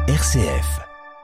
RCF.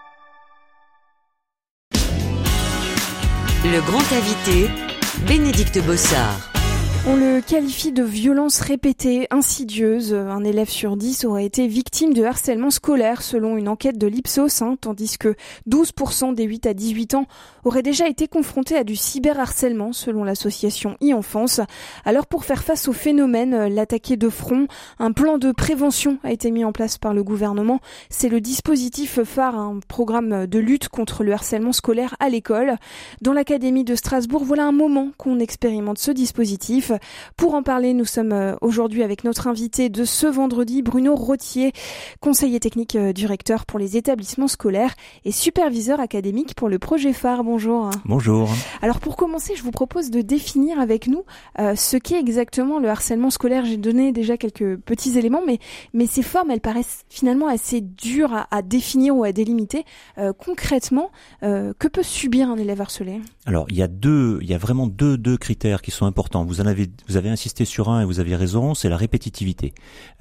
Le grand invité, Bénédicte Bossard. On le qualifie de violence répétée, insidieuse. Un élève sur 10 aurait été victime de harcèlement scolaire selon une enquête de l'Ipsos, tandis que 12% des 8 à 18 ans auraient déjà été confrontés à du cyberharcèlement selon l'association e-Enfance. Alors pour faire face au phénomène, l'attaquer de front, un plan de prévention a été mis en place par le gouvernement. C'est le dispositif phare, un programme de lutte contre le harcèlement scolaire à l'école. Dans l'Académie de Strasbourg, voilà un moment qu'on expérimente ce dispositif. Pour en parler, nous sommes aujourd'hui avec notre invité de ce vendredi, Bruno Rottier, conseiller technique du recteur pour les établissements scolaires et superviseur académique pour le projet phare. Bonjour. Bonjour. Alors pour commencer, je vous propose de définir avec nous ce qu'est exactement le harcèlement scolaire. J'ai donné déjà quelques petits éléments, mais ces formes, elles paraissent finalement assez dures à définir ou à délimiter. Concrètement, que peut subir un élève harcelé ? Alors, il y a vraiment deux critères qui sont importants. Vous avez insisté sur un et vous aviez raison, c'est la répétitivité.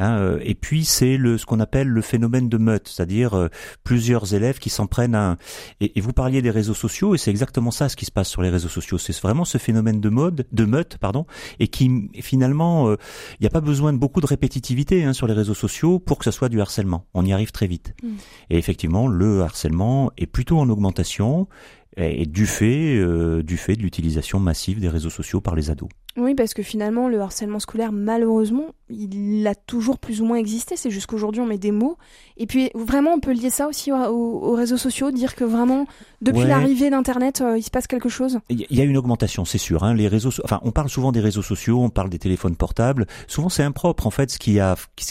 Et puis c'est ce qu'on appelle le phénomène de meute, c'est-à-dire plusieurs élèves qui s'en prennent à un. Et vous parliez des réseaux sociaux, et c'est exactement ça ce qui se passe sur les réseaux sociaux. C'est vraiment ce phénomène de meute, et qui finalement, il n'y a pas besoin de beaucoup de répétitivité sur les réseaux sociaux pour que ce soit du harcèlement. On y arrive très vite. Et effectivement, le harcèlement est plutôt en augmentation. Et du fait de l'utilisation massive des réseaux sociaux par les ados. Oui, parce que finalement, le harcèlement scolaire, malheureusement, il a toujours plus ou moins existé. C'est juste qu'aujourd'hui, on met des mots. Et puis, vraiment, on peut lier ça aussi aux réseaux sociaux, dire que vraiment, depuis l'arrivée d'Internet, il se passe quelque chose. Il y a une augmentation, c'est sûr. Les réseaux, on parle souvent des réseaux sociaux, on parle des téléphones portables. Souvent, c'est impropre. En fait, ce qui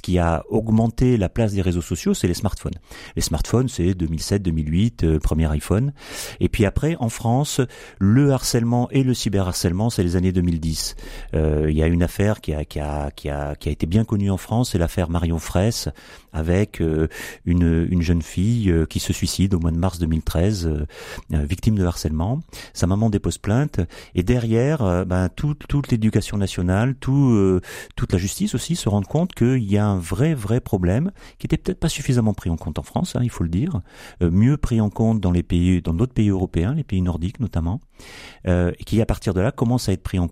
a augmenté la place des réseaux sociaux, c'est les smartphones. Les smartphones, c'est 2007, 2008, premier iPhone. Et puis après, en France, le harcèlement et le cyberharcèlement, c'est les années 2010. Il y a une affaire qui a été bien connue en France, c'est l'affaire Marion Fraisse, avec une jeune fille qui se suicide au mois de mars 2013, victime de harcèlement. Sa maman dépose plainte, et derrière, toute l'éducation nationale, toute la justice aussi se rendent compte qu'il y a un vrai problème qui était peut-être pas suffisamment pris en compte en France, il faut le dire, mieux pris en compte dans d'autres pays européens, les pays nordiques notamment, et qui à partir de là commence à être pris en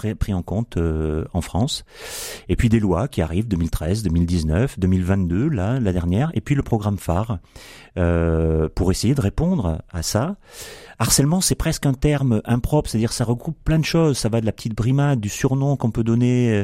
compte en France. Et puis des lois qui arrivent 2013, 2019, 2022, la dernière, et puis le programme phare pour essayer de répondre à ça. Harcèlement, c'est presque un terme impropre, c'est-à-dire ça regroupe plein de choses, ça va de la petite brimade, du surnom qu'on peut donner,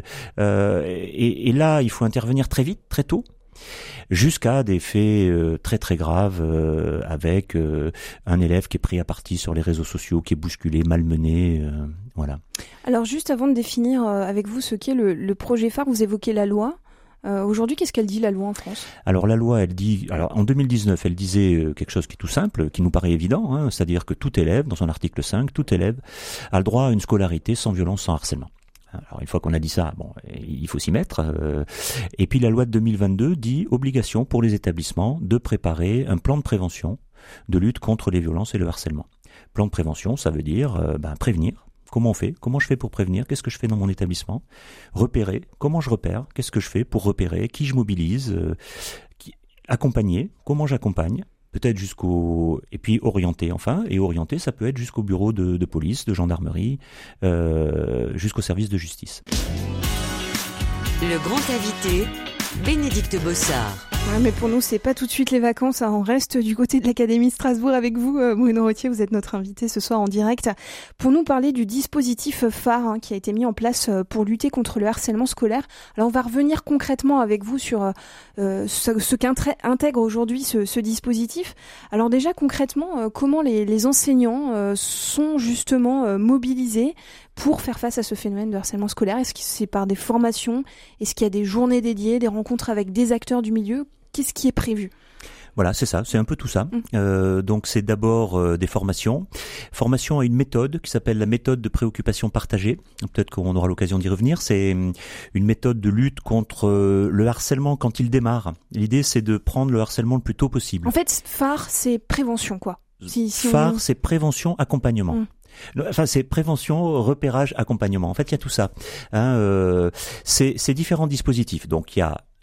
et là il faut intervenir très vite, très tôt, jusqu'à des faits très graves avec un élève qui est pris à partie sur les réseaux sociaux, qui est bousculé, malmené, voilà. Alors juste avant de définir avec vous ce qu'est le projet phare, vous évoquez la loi. Aujourd'hui, qu'est-ce qu'elle dit, la loi en France ? Alors la loi, elle dit, en 2019, elle disait quelque chose qui est tout simple, qui nous paraît évident, c'est-à-dire que tout élève, dans son article 5, tout élève a le droit à une scolarité sans violence, sans harcèlement. Alors une fois qu'on a dit ça, il faut s'y mettre. Et puis la loi de 2022 dit obligation pour les établissements de préparer un plan de prévention de lutte contre les violences et le harcèlement. Plan de prévention, ça veut dire prévenir. Comment on fait ? Comment je fais pour prévenir ? Qu'est-ce que je fais dans mon établissement ? Repérer. Comment je repère ? Qu'est-ce que je fais pour repérer ? Qui je mobilise ? Accompagner. Comment j'accompagne ? Peut-être et puis orienter enfin, et orienter ça peut être jusqu'au bureau de police, de gendarmerie, jusqu'au service de justice. Le grand invité, Bénédicte Bossard. Ouais, mais pour nous, c'est pas tout de suite les vacances, on reste du côté de l'Académie de Strasbourg avec vous, Bruno Rottier, vous êtes notre invité ce soir en direct, pour nous parler du dispositif phare qui a été mis en place pour lutter contre le harcèlement scolaire. Alors on va revenir concrètement avec vous sur ce qu'intègre aujourd'hui ce dispositif. Alors déjà concrètement, comment les enseignants sont justement mobilisés pour faire face à ce phénomène de harcèlement scolaire ? Est-ce que c'est par des formations ? Est-ce qu'il y a des journées dédiées, des rencontres avec des acteurs du milieu ? Qu'est-ce qui est prévu ? Voilà, c'est ça, c'est un peu tout ça. Donc c'est d'abord des formations. Formation à une méthode qui s'appelle la méthode de préoccupation partagée. Peut-être qu'on aura l'occasion d'y revenir. C'est une méthode de lutte contre le harcèlement quand il démarre. L'idée, c'est de prendre le harcèlement le plus tôt possible. En fait, phare, c'est prévention, quoi. Phare, c'est prévention, accompagnement. Enfin, c'est prévention, repérage, accompagnement. En fait, il y a tout ça. C'est différents dispositifs. Donc, il y a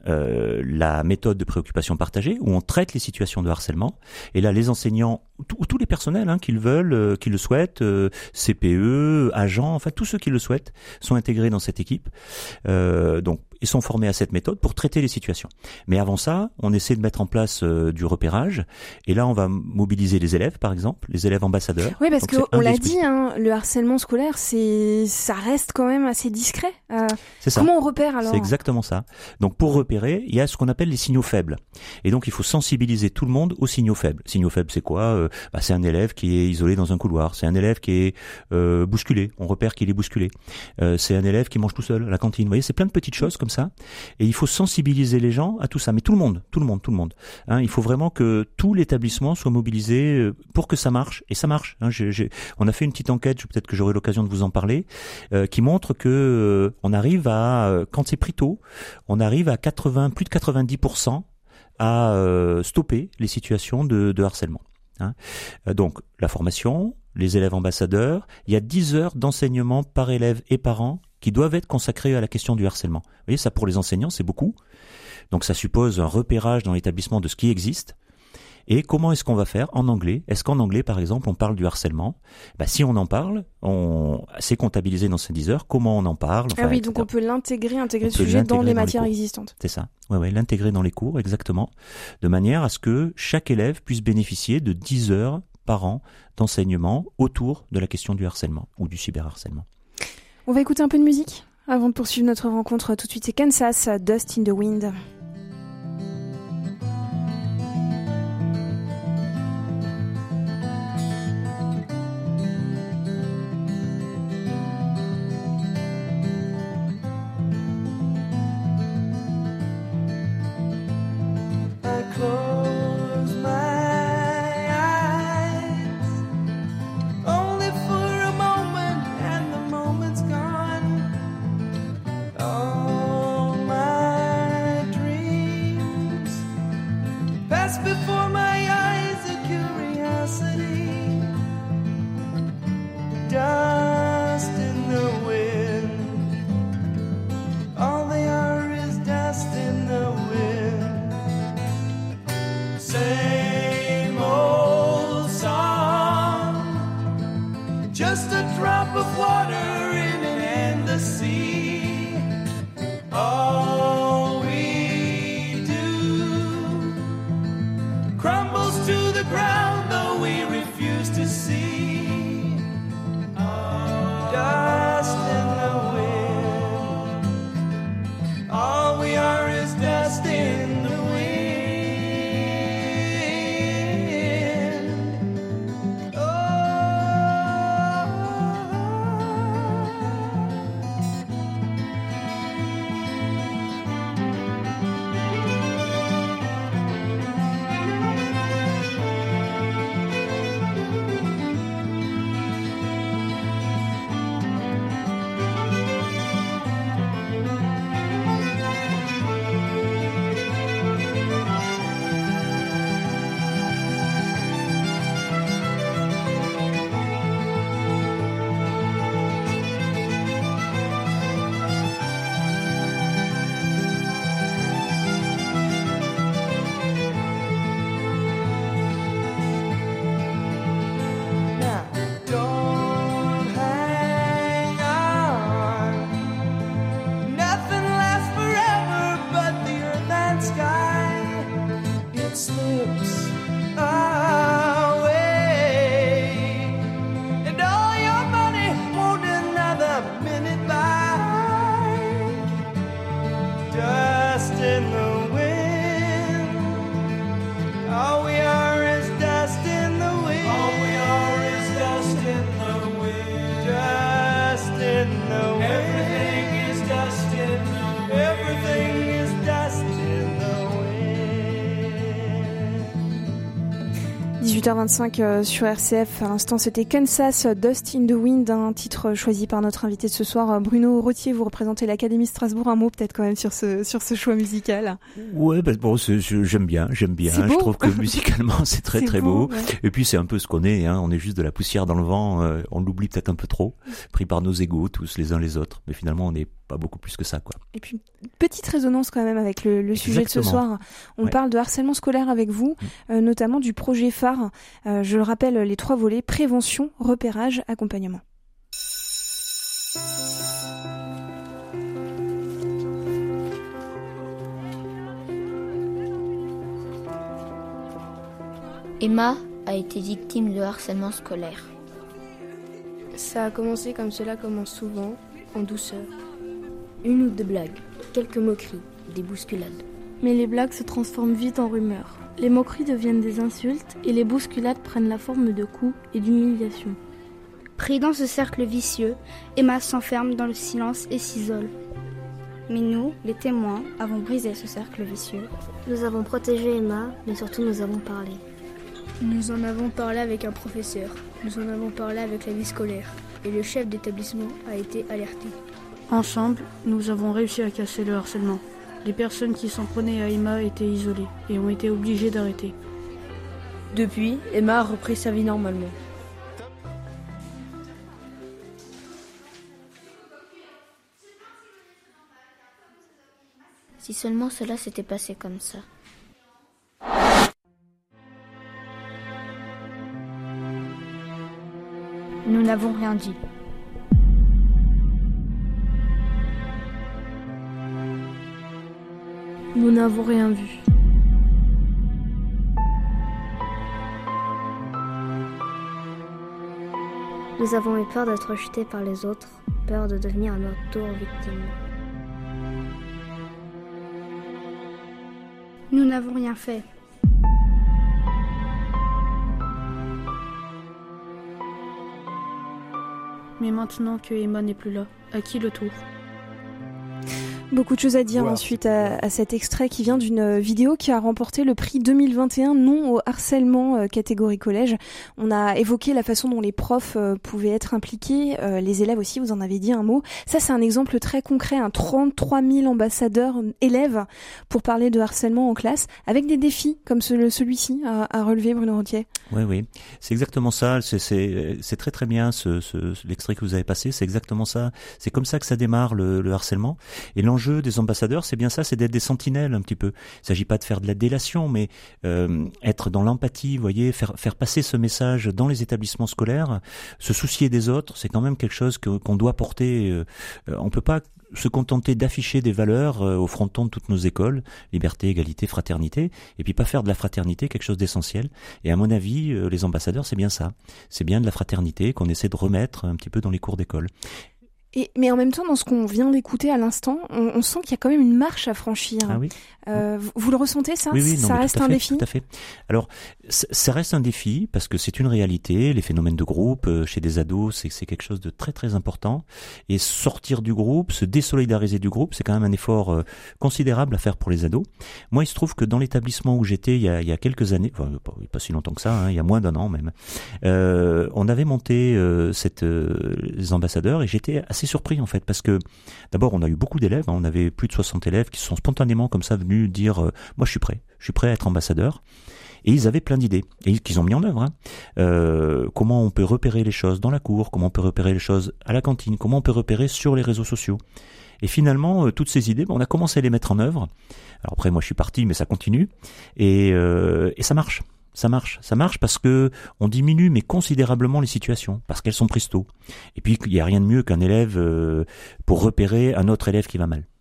la méthode de préoccupation partagée où on traite les situations de harcèlement. Et là, les enseignants, tous les personnels qui le veulent, qui le souhaitent, CPE, agents, enfin tous ceux qui le souhaitent, sont intégrés dans cette équipe. Donc, ils sont formés à cette méthode pour traiter les situations. Mais avant ça, on essaie de mettre en place du repérage. Et là, on va mobiliser les élèves, par exemple, les élèves ambassadeurs. Oui, parce qu'on l'a dit, le harcèlement scolaire, ça reste quand même assez discret. C'est ça. Comment on repère alors ? C'est exactement ça. Donc, pour repérer, il y a ce qu'on appelle les signaux faibles. Et donc, il faut sensibiliser tout le monde aux signaux faibles. Signaux faibles, c'est quoi ? C'est un élève qui est isolé dans un couloir. C'est un élève qui est bousculé. On repère qu'il est bousculé. C'est un élève qui mange tout seul à la cantine. Vous voyez, c'est plein de petites choses comme ça. Et il faut sensibiliser les gens à tout ça. Mais tout le monde. Il faut vraiment que tout l'établissement soit mobilisé pour que ça marche. Et ça marche. On a fait une petite enquête, peut-être que j'aurai l'occasion de vous en parler, qui montre que on arrive à, quand c'est pris tôt, on arrive à plus de 90% à stopper les situations de harcèlement. Donc, la formation, les élèves ambassadeurs, il y a 10 heures d'enseignement par élève et par an qui doivent être consacrés à la question du harcèlement. Vous voyez, ça pour les enseignants, c'est beaucoup. Donc ça suppose un repérage dans l'établissement de ce qui existe. Et comment est-ce qu'on va faire en anglais ? Est-ce qu'en anglais, par exemple, on parle du harcèlement ? Si on en parle, c'est comptabilisé dans ces 10 heures. Comment on en parle ? Oui, etc. Donc on peut l'intégrer le sujet dans les matières existantes. C'est ça. Ouais, l'intégrer dans les cours, exactement. De manière à ce que chaque élève puisse bénéficier de 10 heures par an d'enseignement autour de la question du harcèlement ou du cyberharcèlement. On va écouter un peu de musique avant de poursuivre notre rencontre. Tout de suite, c'est Kansas, Dust in the Wind. Everything is dust in the wind. Everything is dust in the wind. 18h25 sur RCF. À l'instant, c'était Kansas, Dust in the Wind, un titre choisi par notre invité de ce soir, Bruno Rottier. Vous représentez l'Académie Strasbourg. Un mot peut-être quand même sur ce choix musical. Ouais, j'aime bien. Je trouve que musicalement c'est très beau. Ouais. Et puis c'est un peu ce qu'on est. On est juste de la poussière dans le vent. On l'oublie peut-être un peu trop, pris par nos égos tous les uns les autres. Mais finalement on est pas beaucoup plus que ça, quoi. Et puis, petite résonance quand même avec le sujet de ce soir. On parle de harcèlement scolaire avec vous, notamment du projet phare. Je le rappelle, les 3 volets: prévention, repérage, accompagnement. Emma a été victime de harcèlement scolaire. Ça a commencé comme cela commence souvent, en douceur. 1 ou 2 blagues, quelques moqueries, des bousculades. Mais les blagues se transforment vite en rumeurs. Les moqueries deviennent des insultes et les bousculades prennent la forme de coups et d'humiliations. Pris dans ce cercle vicieux, Emma s'enferme dans le silence et s'isole. Mais nous, les témoins, avons brisé ce cercle vicieux. Nous avons protégé Emma, mais surtout nous avons parlé. Nous en avons parlé avec un professeur, nous en avons parlé avec la vie scolaire, et le chef d'établissement a été alerté. Ensemble, nous avons réussi à casser le harcèlement. Les personnes qui s'en prenaient à Emma étaient isolées et ont été obligées d'arrêter. Depuis, Emma a repris sa vie normalement. Si seulement cela s'était passé comme ça. Nous n'avons rien dit. Nous n'avons rien vu. Nous avons eu peur d'être rejetés par les autres, peur de devenir à notre tour victime. Nous n'avons rien fait. Mais maintenant que Emma n'est plus là, à qui le tour ? Beaucoup de choses à dire ensuite à cet extrait qui vient d'une vidéo qui a remporté le prix 2021 non au harcèlement catégorie collège. On a évoqué la façon dont les profs pouvaient être impliqués, les élèves aussi, vous en avez dit un mot. Ça, c'est un exemple très concret, 33 000 ambassadeurs élèves pour parler de harcèlement en classe, avec des défis comme celui-ci à relever, Bruno Rotier. Oui, c'est exactement ça. C'est très très bien l'extrait que vous avez passé. C'est exactement ça. C'est comme ça que ça démarre le harcèlement. Et l'enjeu des ambassadeurs, c'est bien ça, c'est d'être des sentinelles un petit peu. Il s'agit pas de faire de la délation, mais être dans l'empathie, vous voyez, faire passer ce message dans les établissements scolaires, se soucier des autres, c'est quand même quelque chose qu'on doit porter. On peut pas se contenter d'afficher des valeurs au fronton de toutes nos écoles, liberté, égalité, fraternité, et puis pas faire de la fraternité quelque chose d'essentiel. Et à mon avis, les ambassadeurs, c'est bien ça. C'est bien de la fraternité qu'on essaie de remettre un petit peu dans les cours d'école. Mais en même temps, dans ce qu'on vient d'écouter à l'instant, on sent qu'il y a quand même une marche à franchir. Ah oui. Vous le ressentez, ça ? Oui, ça reste un défi ? Tout à fait. Alors, ça reste un défi parce que c'est une réalité. Les phénomènes de groupe chez des ados, c'est quelque chose de très très important. Et sortir du groupe, se désolidariser du groupe, c'est quand même un effort considérable à faire pour les ados. Moi, il se trouve que dans l'établissement où j'étais il y a quelques années, enfin pas si longtemps que ça, il y a moins d'1 an même, on avait monté les ambassadeurs et j'étais assez surpris en fait parce que d'abord on a eu beaucoup d'élèves, on avait plus de 60 élèves qui se sont spontanément comme ça venus dire moi je suis prêt à être ambassadeur, et ils avaient plein d'idées et qu'ils ont mis en œuvre. Comment on peut repérer les choses dans la cour, comment on peut repérer les choses à la cantine, comment on peut repérer sur les réseaux sociaux. Et finalement, toutes ces idées, on a commencé à les mettre en œuvre. Alors après, moi je suis parti, mais ça continue et ça marche. Ça marche parce que on diminue mais considérablement les situations, parce qu'elles sont prises tôt. Et puis il n'y a rien de mieux qu'un élève pour repérer un autre élève qui va mal.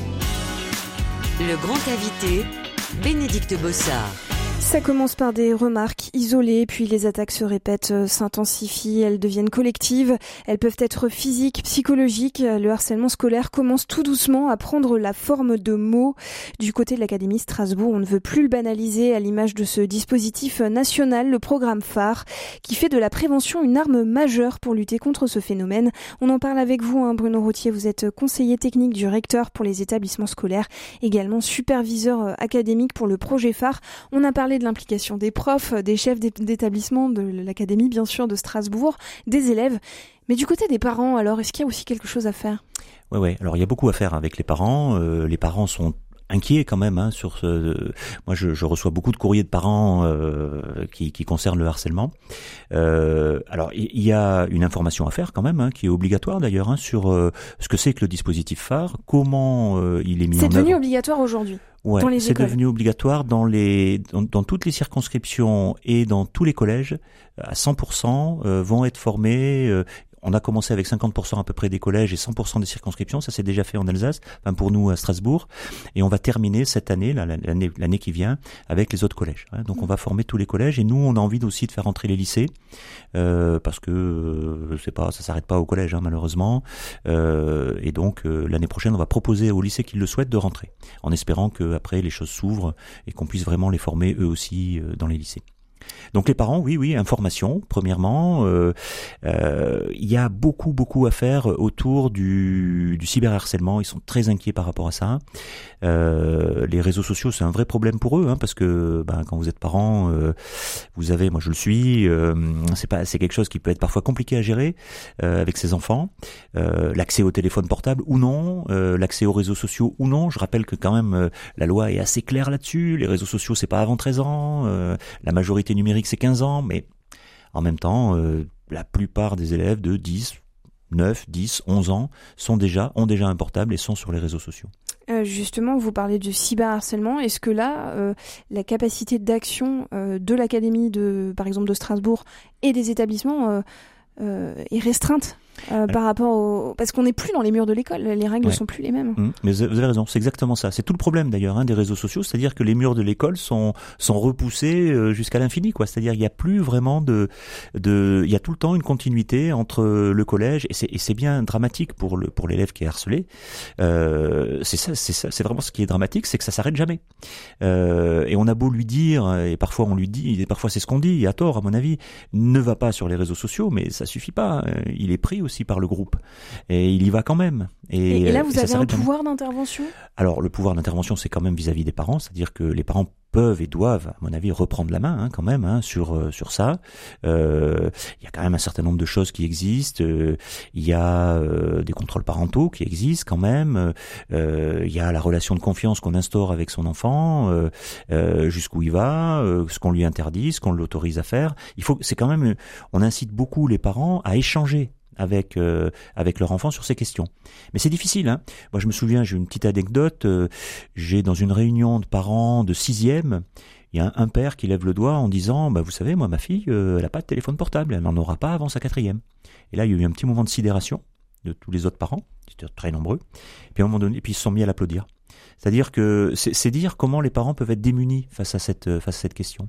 Le grand invité, Bénédicte Bossard. Ça commence par des remarques isolées, puis les attaques se répètent, s'intensifient, elles deviennent collectives, elles peuvent être physiques, psychologiques. Le harcèlement scolaire commence tout doucement à prendre la forme de mots. Du côté de l'Académie Strasbourg, on ne veut plus le banaliser, à l'image de ce dispositif national, le programme phare, qui fait de la prévention une arme majeure pour lutter contre ce phénomène. On en parle avec vous, Bruno Rotier, vous êtes conseiller technique du recteur pour les établissements scolaires, également superviseur académique pour le projet phare. On a parlé de l'implication des profs, des chefs d'établissement, de l'académie bien sûr de Strasbourg, des élèves. Mais du côté des parents, alors, est-ce qu'il y a aussi quelque chose à faire ? Ouais. Alors il y a beaucoup à faire avec les parents. Les parents sont inquiet quand même sur ce. Moi, je reçois beaucoup de courriers de parents qui concernent le harcèlement. Alors, il y a une information à faire quand même, qui est obligatoire d'ailleurs, sur ce que c'est que le dispositif phare, comment il est mis en œuvre. C'est devenu obligatoire aujourd'hui. Ouais, dans les c'est écoles. devenu obligatoire dans toutes les circonscriptions et dans tous les collèges. À 100% vont être formés. On a commencé avec 50% à peu près des collèges et 100% des circonscriptions. Ça s'est déjà fait en Alsace, pour nous à Strasbourg. Et on va terminer cette année, l'année qui vient, avec les autres collèges. Donc on va former tous les collèges. Et nous, on a envie aussi de faire entrer les lycées, parce que ça s'arrête pas au collège, malheureusement. Et donc l'année prochaine, on va proposer aux lycées qui le souhaitent de rentrer, en espérant que après les choses s'ouvrent et qu'on puisse vraiment les former eux aussi dans les lycées. Donc les parents, oui, information, premièrement. Il y a beaucoup à faire autour du cyberharcèlement. Ils sont très inquiets par rapport à ça. Les réseaux sociaux, c'est un vrai problème pour eux, parce que quand vous êtes parent, vous avez, moi je le suis, c'est quelque chose qui peut être parfois compliqué à gérer avec ses enfants. L'accès au téléphone portable ou non, l'accès aux réseaux sociaux ou non. Je rappelle que quand même la loi est assez claire là-dessus. Les réseaux sociaux, c'est pas avant 13 ans. La majorité numérique, c'est 15 ans, mais en même temps, la plupart des élèves de 9, 10, 11 ans ont déjà un portable et sont sur les réseaux sociaux. Justement, vous parlez de cyberharcèlement. Est-ce que là, la capacité d'action de l'académie, par exemple de Strasbourg, et des établissements est restreinte par rapport parce qu'on n'est plus dans les murs de l'école, les règles ne sont plus les mêmes. Mais vous avez raison, c'est exactement ça. C'est tout le problème d'ailleurs des réseaux sociaux, c'est-à-dire que les murs de l'école sont repoussés jusqu'à l'infini, quoi. C'est-à-dire il n'y a plus vraiment il y a tout le temps une continuité entre le collège et c'est bien dramatique pour l'élève qui est harcelé. C'est vraiment ce qui est dramatique, c'est que ça s'arrête jamais. Et on a beau lui dire, et parfois on lui dit, et parfois c'est ce qu'on dit, et à tort à mon avis, ne va pas sur les réseaux sociaux, mais ça suffit pas. Il est pris aussi par le groupe et il y va quand même. Et là, vous avez un pouvoir d'intervention ? Alors, le pouvoir d'intervention, c'est quand même vis-à-vis des parents, c'est-à-dire que les parents peuvent et doivent, à mon avis, reprendre la main quand même sur ça. Il y a quand même un certain nombre de choses qui existent. Il y a des contrôles parentaux qui existent quand même. Il y a la relation de confiance qu'on instaure avec son enfant, jusqu'où il va, ce qu'on lui interdit, ce qu'on l'autorise à faire. C'est quand même, on incite beaucoup les parents à échanger avec leur enfant sur ces questions. Mais c'est difficile. Moi, je me souviens, j'ai une petite anecdote. J'ai dans une réunion de parents de 6e, il y a un père qui lève le doigt en disant, vous savez, moi, ma fille, elle n'a pas de téléphone portable, elle n'en aura pas avant sa 4e. Et là, il y a eu un petit moment de sidération de tous les autres parents, c'était très nombreux. Puis à un moment donné, ils se sont mis à l'applaudir. C'est-à-dire que c'est dire comment les parents peuvent être démunis face à cette question.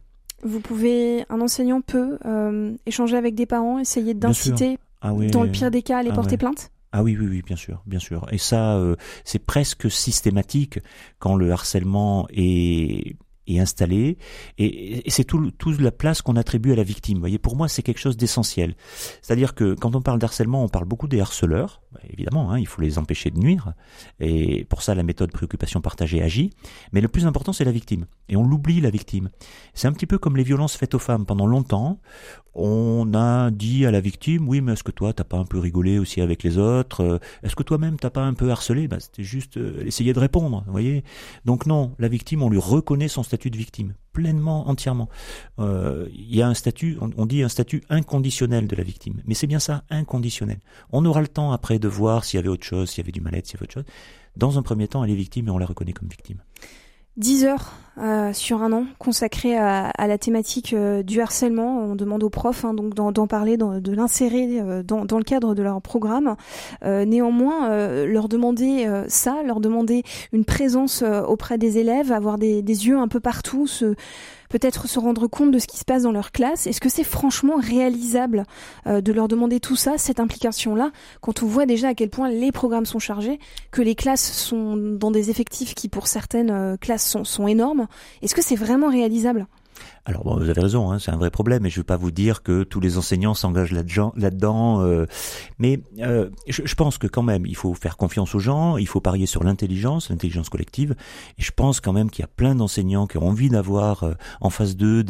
Un enseignant peut échanger avec des parents, essayer d'inciter, dans le pire des cas, à les porter plainte ? Ah oui, bien sûr. Et ça, c'est presque systématique quand le harcèlement est installé, et c'est toute la place qu'on attribue à la victime. Vous voyez, pour moi, c'est quelque chose d'essentiel. C'est-à-dire que quand on parle d'harcèlement, on parle beaucoup des harceleurs. Évidemment, il faut les empêcher de nuire, et pour ça, la méthode préoccupation partagée agit. Mais le plus important, c'est la victime. Et on l'oublie, la victime. C'est un petit peu comme les violences faites aux femmes. Pendant longtemps, on a dit à la victime, oui, mais est-ce que toi, t'as pas un peu rigolé aussi avec les autres ? Est-ce que toi-même, t'as pas un peu harcelé ? C'était juste essayer de répondre, vous voyez ? Donc non, la victime, on lui reconnaît son statut de victime, pleinement, entièrement. Il y a un statut, on dit un statut inconditionnel de la victime. Mais c'est bien ça, inconditionnel. On aura le temps après de voir s'il y avait autre chose, s'il y avait du mal-être, s'il y avait autre chose. Dans un premier temps, elle est victime et on la reconnaît comme victime. 10 heures sur un an consacrées à la thématique du harcèlement. On demande aux profs donc d'en parler, de l'insérer dans le cadre de leur programme. Néanmoins, leur demander leur demander une présence auprès des élèves, avoir des yeux un peu partout, peut-être se rendre compte de ce qui se passe dans leur classe. Est-ce que c'est franchement réalisable de leur demander tout ça, cette implication-là, quand on voit déjà à quel point les programmes sont chargés, que les classes sont dans des effectifs qui, pour certaines classes, sont énormes? Est-ce que c'est vraiment réalisable ? Alors bon, vous avez raison, c'est un vrai problème, et je ne vais pas vous dire que tous les enseignants s'engagent là-dedans, mais je pense que quand même, il faut faire confiance aux gens, il faut parier sur l'intelligence collective, et je pense quand même qu'il y a plein d'enseignants qui ont envie d'avoir en face d'eux,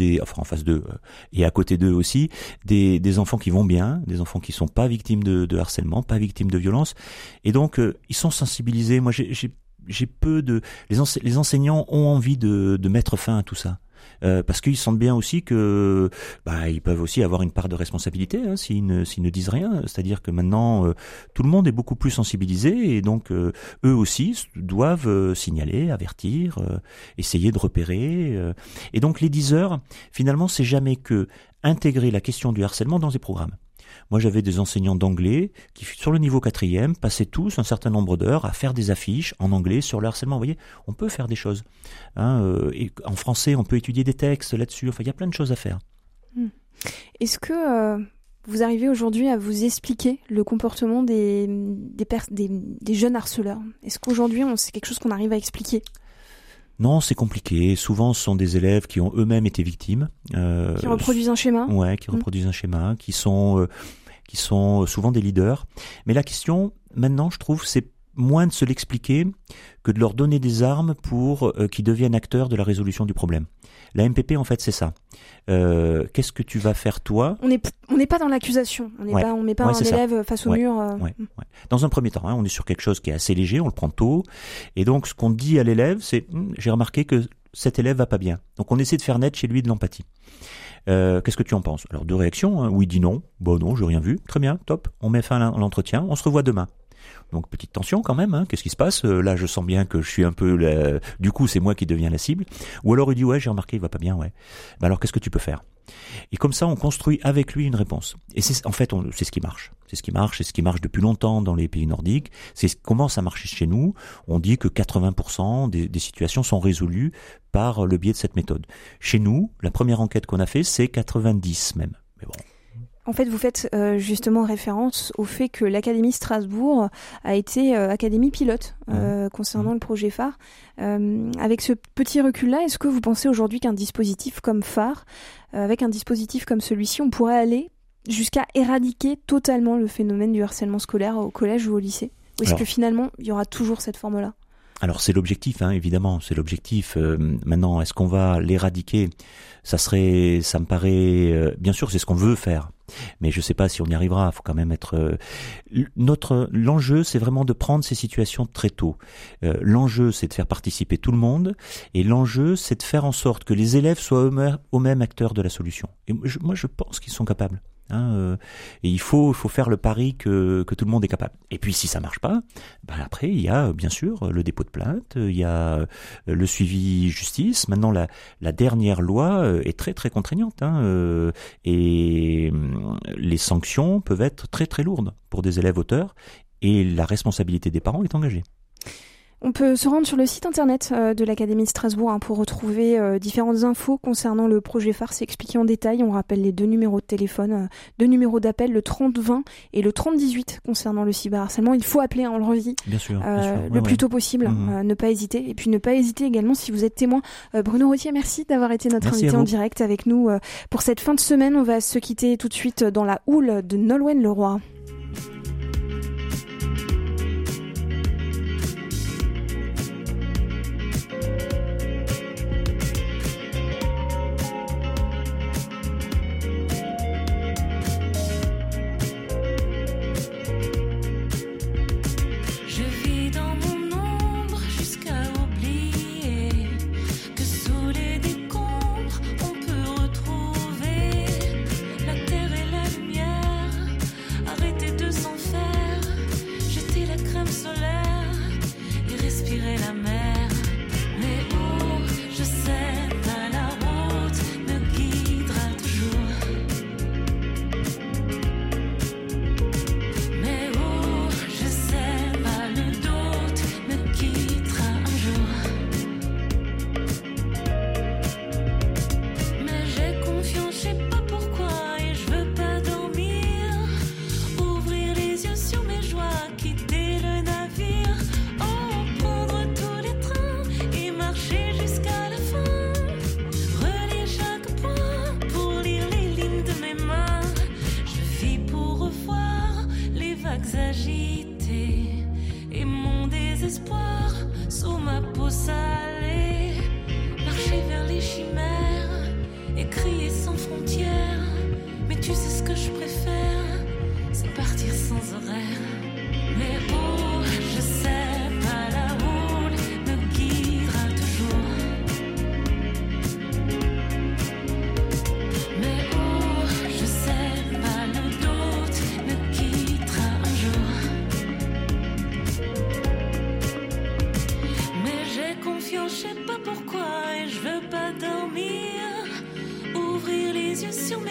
et à côté d'eux aussi, des enfants qui vont bien, des enfants qui sont pas victimes de harcèlement, pas victimes de violence, et donc ils sont sensibilisés. Moi, les enseignants ont envie de mettre fin à tout ça. Parce qu'ils sentent bien aussi que ils peuvent aussi avoir une part de responsabilité s'ils ne disent rien. C'est-à-dire que maintenant tout le monde est beaucoup plus sensibilisé et donc eux aussi doivent signaler, avertir, essayer de repérer. Et donc les 10 heures, finalement, c'est jamais que intégrer la question du harcèlement dans des programmes. Moi, j'avais des enseignants d'anglais qui, sur le niveau 4e, passaient tous un certain nombre d'heures à faire des affiches en anglais sur le harcèlement. Vous voyez, on peut faire des choses. Et en français, on peut étudier des textes là-dessus. Enfin, il y a plein de choses à faire. Est-ce que vous arrivez aujourd'hui à vous expliquer le comportement des jeunes harceleurs ? Est-ce qu'aujourd'hui, c'est quelque chose qu'on arrive à expliquer ? Non, c'est compliqué. Souvent, ce sont des élèves qui ont eux-mêmes été victimes. Qui reproduisent un schéma ? Ouais, qui reproduisent un schéma, qui sont souvent des leaders. Mais la question, maintenant, je trouve, c'est moins de se l'expliquer que de leur donner des armes pour qu'ils deviennent acteurs de la résolution du problème. La MPP, en fait, c'est ça. Qu'est-ce que tu vas faire, toi ? On n'est pas dans l'accusation. On met pas un élève face au mur. Ouais. Dans un premier temps, on est sur quelque chose qui est assez léger, on le prend tôt. Et donc, ce qu'on dit à l'élève, c'est « j'ai remarqué que cet élève va pas bien ». Donc, on essaie de faire naître chez lui de l'empathie. Qu'est-ce que tu en penses ? Alors, 2 réactions. Oui, dit non. Bon, non, j'ai rien vu. Très bien, top. On met fin à l'entretien. On se revoit demain. Donc petite tension quand même, qu'est-ce qui se passe ? Là je sens bien que je suis un peu... Du coup c'est moi qui deviens la cible. Ou alors il dit j'ai remarqué, il va pas bien, alors qu'est-ce que tu peux faire ? Et comme ça on construit avec lui une réponse. Et c'est ce qui marche. C'est ce qui marche depuis longtemps dans les pays nordiques. C'est ce qui commence à marcher chez nous. On dit que 80% des situations sont résolues par le biais de cette méthode. Chez nous, la première enquête qu'on a fait, c'est 90 même. Mais bon... En fait, vous faites justement référence au fait que l'Académie Strasbourg a été académie pilote concernant le projet phare. Avec ce petit recul-là, est-ce que vous pensez aujourd'hui qu'un dispositif comme phare, avec un dispositif comme celui-ci, on pourrait aller jusqu'à éradiquer totalement le phénomène du harcèlement scolaire au collège ou au lycée ? Ou est-ce que finalement, il y aura toujours cette forme-là ? Alors c'est l'objectif, évidemment, c'est l'objectif. Maintenant, est-ce qu'on va l'éradiquer ? Ça me paraît, bien sûr, c'est ce qu'on veut faire, mais je sais pas si on y arrivera. Il faut quand même être. L'enjeu, c'est vraiment de prendre ces situations très tôt. L'enjeu, c'est de faire participer tout le monde, et l'enjeu, c'est de faire en sorte que les élèves soient eux-mêmes acteurs de la solution. Et moi, je pense qu'ils sont capables. Et il faut faire le pari que tout le monde est capable. Et puis si ça marche pas, après il y a bien sûr le dépôt de plainte, il y a le suivi justice. Maintenant la dernière loi est très très contraignante, et les sanctions peuvent être très très lourdes pour des élèves auteurs, et la responsabilité des parents est engagée. On peut se rendre sur le site internet de l'Académie de Strasbourg pour retrouver différentes infos concernant le projet phare. C'est expliqué en détail. On rappelle les 2 numéros de téléphone, 2 numéros d'appel, le 3020 et le 3018 concernant le cyberharcèlement. Il faut appeler, on le redit, bien sûr. le plus tôt possible. Ne pas hésiter. Et puis ne pas hésiter également si vous êtes témoin. Bruno Rottier, merci d'avoir été notre invité en direct avec nous pour cette fin de semaine. On va se quitter tout de suite dans la houle de Nolwenn Leroy. Arrêtez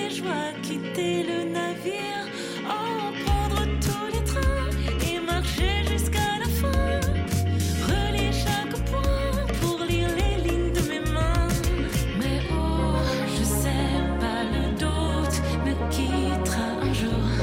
joies, quitter le navire, oh, prendre tous les trains et marcher jusqu'à la fin. Relier chaque point pour lire les lignes de mes mains. Mais oh, je sais pas, le doute me quittera un jour.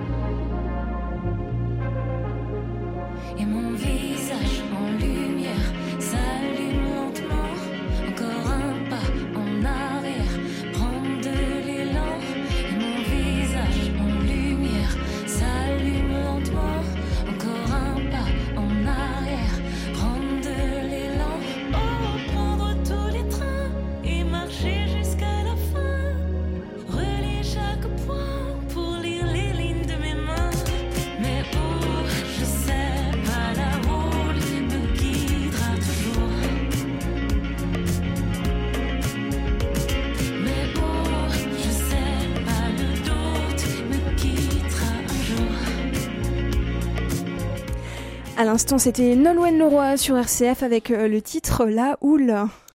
Et mon visage en lumière s'allume lentement. Encore un pas en arrière, prendre de l'élan. Et mon visage en lumière s'allume lentement. Encore un pas en arrière, prendre de l'élan. Oh, prendre tous les trains et marcher jusqu'à la fin. Relier chaque point pour lire les lignes de mes mains. Mais oh, je sais pas, la route me guidera toujours. Mais oh, je sais pas, le doute me quittera un jour. À l'instant, c'était Nolwenn Leroy sur RCF avec le titre La Houle.